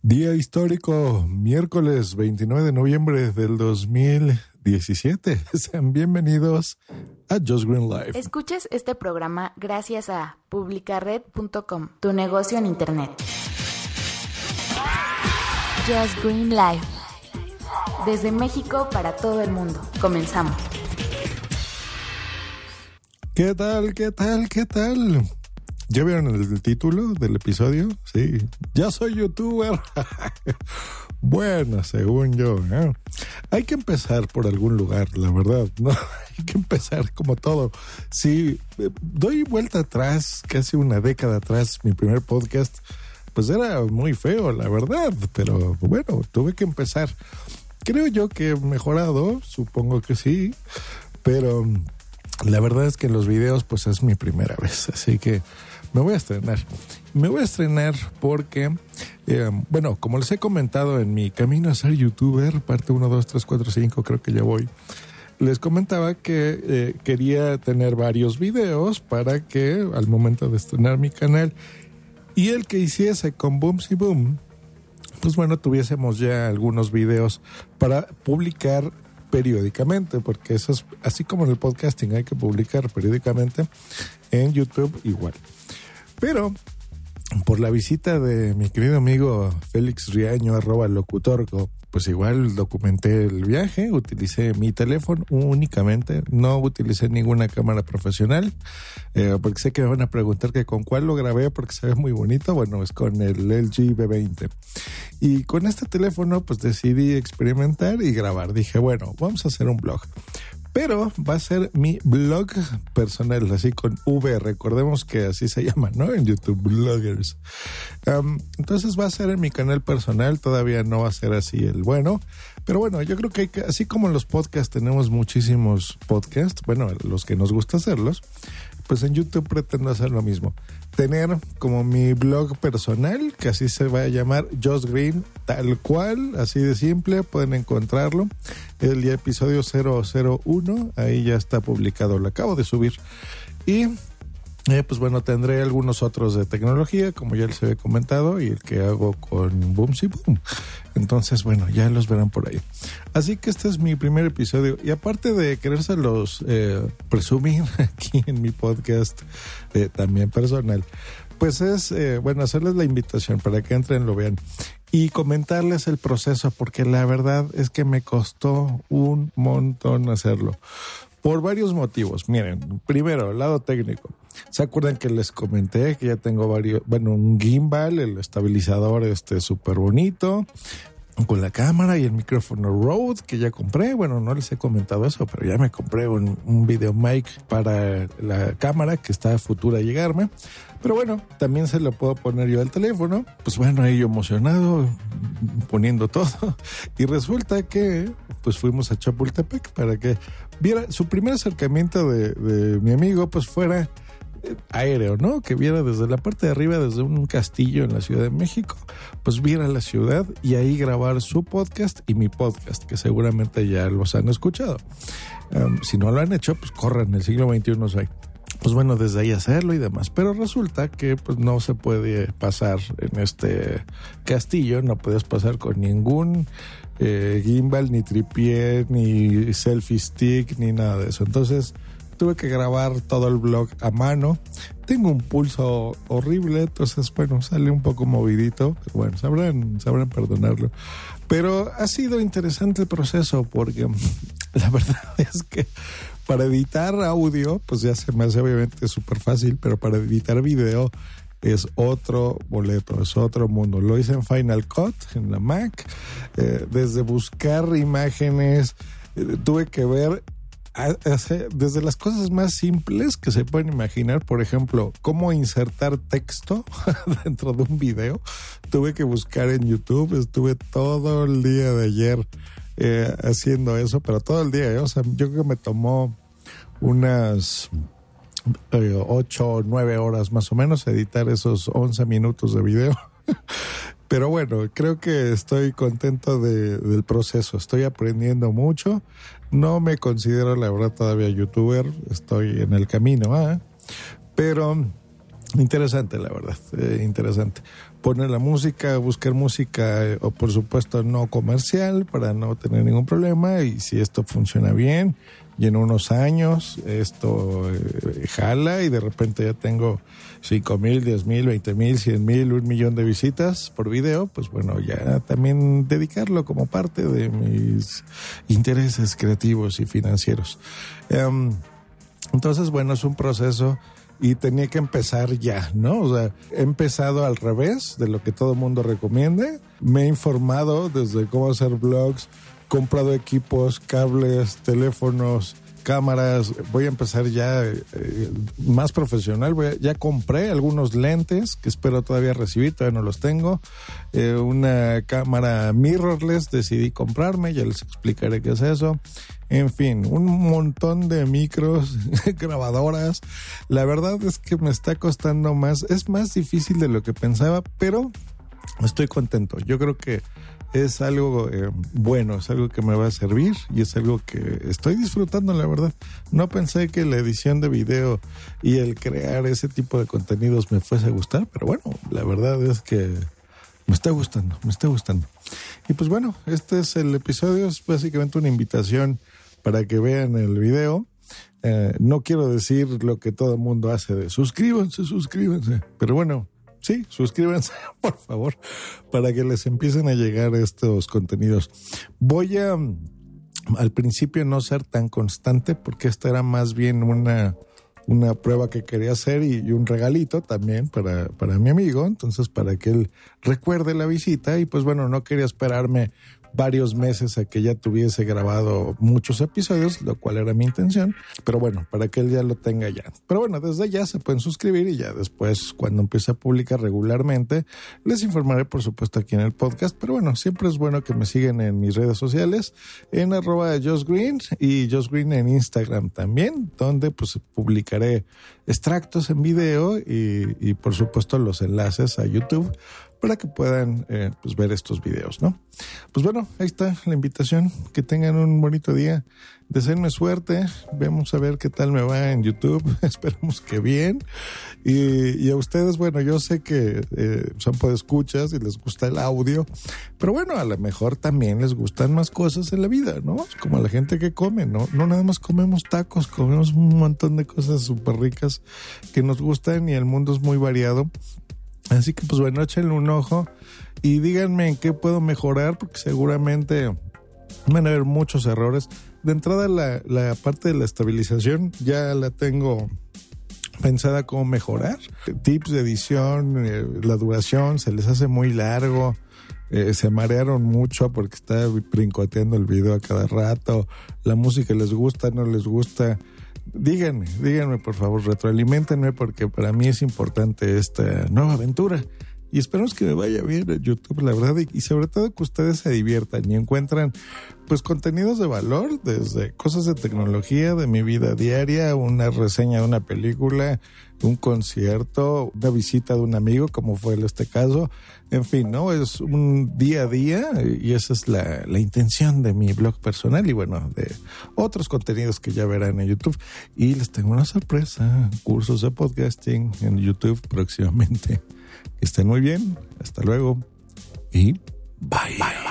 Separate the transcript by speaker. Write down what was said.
Speaker 1: Día histórico, miércoles 29 de noviembre del 2017. Sean bienvenidos a Just Green Live.
Speaker 2: Escuches este programa gracias a publicared.com, tu negocio en internet. Just Green Live. Desde México para todo el mundo. Comenzamos.
Speaker 1: ¿Qué tal? ¿Ya vieron el título del episodio? Sí. Ya soy youtuber. Bueno, según yo, ¿eh? Hay que empezar por algún lugar, la verdad, ¿no? Hay que empezar como todo. Si doy vuelta atrás, casi una década atrás, mi primer podcast, pues era muy feo, la verdad. Pero bueno, tuve que empezar. Creo yo que he mejorado, supongo que sí. Pero la verdad es que en los videos, pues es mi primera vez. Así que me voy a estrenar. Porque, bueno, como les he comentado en mi camino a ser youtuber, parte 1, 2, 3, 4, 5, creo que ya voy. Les comentaba que quería tener varios videos para que al momento de estrenar mi canal y el que hiciese con Boomsy Boom, pues bueno, tuviésemos ya algunos videos para publicar periódicamente, porque eso es así como en el podcasting, hay que publicar periódicamente, en YouTube igual. Pero por la visita de mi querido amigo Félix Riaño, @locutorco, pues igual documenté el viaje, utilicé mi teléfono únicamente, no utilicé ninguna cámara profesional, porque sé que me van a preguntar que con cuál lo grabé porque se ve muy bonito. Bueno, es con el LG V20. Y con este teléfono pues decidí experimentar y grabar. Dije, bueno, vamos a hacer un vlog. Pero va a ser mi blog personal, así con V. Recordemos que así se llama, ¿no? En YouTube, bloggers. Entonces va a ser en mi canal personal, todavía no va a ser así el bueno. Pero bueno, yo creo que así como en los podcasts tenemos muchísimos podcasts, bueno, los que nos gusta hacerlos, pues en YouTube pretendo hacer lo mismo. Tener como mi blog personal, que así se va a llamar, Just Green, tal cual, así de simple, pueden encontrarlo. El episodio 001, ahí ya está publicado, lo acabo de subir. Y pues bueno, tendré algunos otros de tecnología, como ya les había comentado, y el que hago con Boomsy Boom. Entonces, bueno, ya los verán por ahí. Así que este es mi primer episodio. Y aparte de querérselos presumir aquí en mi podcast, también personal, pues es, bueno, hacerles la invitación para que entren, lo vean y comentarles el proceso, porque la verdad es que me costó un montón hacerlo. Por varios motivos. Miren, primero, el lado técnico. ¿Se acuerdan que les comenté que ya tengo un gimbal, el estabilizador súper bonito, con la cámara y el micrófono Rode que ya compré? Bueno, no les he comentado eso, pero ya me compré un video mic para la cámara que está a futuro a llegarme. Pero bueno, también se lo puedo poner yo al teléfono. Pues bueno, ahí yo emocionado, poniendo todo. Y resulta que pues fuimos a Chapultepec para que viera su primer acercamiento de mi amigo, pues fuera aéreo, ¿no? Que viera desde la parte de arriba, desde un castillo en la Ciudad de México, pues viera la ciudad y ahí grabar su podcast y mi podcast, que seguramente ya los han escuchado. Si no lo han hecho, pues corran, el siglo XXI soy. Pues bueno, desde ahí hacerlo y demás. Pero resulta que pues no se puede pasar en este castillo, no puedes pasar con ningún gimbal, ni tripié, ni selfie stick, ni nada de eso. Entonces tuve que grabar todo el vlog a mano. Tengo un pulso horrible, entonces bueno, sale un poco movidito. Pero bueno, sabrán perdonarlo. Pero ha sido interesante el proceso porque la verdad es que para editar audio, pues ya se me hace obviamente súper fácil, pero para editar video es otro boleto, es otro mundo. Lo hice en Final Cut, en la Mac, desde buscar imágenes, tuve que ver desde las cosas más simples que se pueden imaginar, por ejemplo, cómo insertar texto dentro de un video. Tuve que buscar en YouTube, estuve todo el día de ayer haciendo eso, pero todo el día, o sea, yo creo que me tomó unas 8 o 9 horas más o menos editar esos 11 minutos de video. Pero bueno, creo que estoy contento del proceso, estoy aprendiendo mucho. No me considero, la verdad, todavía youtuber, estoy en el camino, pero interesante, la verdad, interesante. poner la música, buscar música o por supuesto no comercial para no tener ningún problema, y si esto funciona bien y en unos años esto jala y de repente ya tengo 5,000, 10,000, 20,000, 100,000, 1,000,000 de visitas por video, pues bueno, ya también dedicarlo como parte de mis intereses creativos y financieros. Entonces, bueno, es un proceso y tenía que empezar ya, ¿no? O sea, he empezado al revés de lo que todo el mundo recomiende. Me he informado desde cómo hacer blogs, comprado equipos, cables, teléfonos, cámaras. Voy a empezar ya más profesional. Ya compré algunos lentes que espero todavía recibir, todavía no los tengo. Una cámara mirrorless decidí comprarme, ya les explicaré qué es eso. En fin, un montón de micros, grabadoras. La verdad es que me está costando más. Es más difícil de lo que pensaba, pero estoy contento. Yo creo que es algo bueno, es algo que me va a servir y es algo que estoy disfrutando, la verdad. No pensé que la edición de video y el crear ese tipo de contenidos me fuese a gustar, pero bueno, la verdad es que me está gustando. Y pues bueno, este es el episodio, es básicamente una invitación para que vean el video. No quiero decir lo que todo el mundo hace de suscríbanse, pero bueno, sí, suscríbanse, por favor, para que les empiecen a llegar estos contenidos. Voy a, al principio, no ser tan constante, porque esta era más bien una prueba que quería hacer y un regalito también para mi amigo, entonces para que él recuerde la visita. Y pues bueno, no quería esperarme varios meses a que ya tuviese grabado muchos episodios, lo cual era mi intención, pero bueno, para que él ya lo tenga ya. Pero bueno, desde ya se pueden suscribir y ya después, cuando empiece a publicar regularmente, les informaré, por supuesto, aquí en el podcast. Pero bueno, siempre es bueno que me sigan en mis redes sociales, en @JoshGreen y JoshGreen en Instagram también, donde pues publicaré extractos en video y por supuesto los enlaces a YouTube para que puedan pues ver estos videos, ¿no? Pues bueno, ahí está la invitación. Que tengan un bonito día. Deseenme suerte. Vamos a ver qué tal me va en YouTube. Esperemos que bien. Y a ustedes, bueno, yo sé que son podescuchas y les gusta el audio, pero bueno, a lo mejor también les gustan más cosas en la vida, ¿no? Como a la gente que come, ¿no? No nada más comemos tacos, comemos un montón de cosas súper ricas que nos gustan y el mundo es muy variado. Así que pues bueno, échenle un ojo y díganme en qué puedo mejorar, porque seguramente van a haber muchos errores. De entrada la parte de la estabilización ya la tengo pensada cómo mejorar. Tips de edición, la duración se les hace muy largo. Se marearon mucho porque está brincoteando el video a cada rato. La música les gusta, no les gusta. Díganme por favor, retroaliméntenme, porque para mí es importante esta nueva aventura y esperamos que me vaya bien en YouTube, la verdad, y sobre todo que ustedes se diviertan y encuentran pues contenidos de valor, desde cosas de tecnología, de mi vida diaria, una reseña de una película, un concierto, una visita de un amigo, como fue en este caso. En fin, ¿no? Es un día a día y esa es la intención de mi blog personal y bueno, de otros contenidos que ya verán en YouTube. Y les tengo una sorpresa, cursos de podcasting en YouTube próximamente. Que estén muy bien, hasta luego y bye.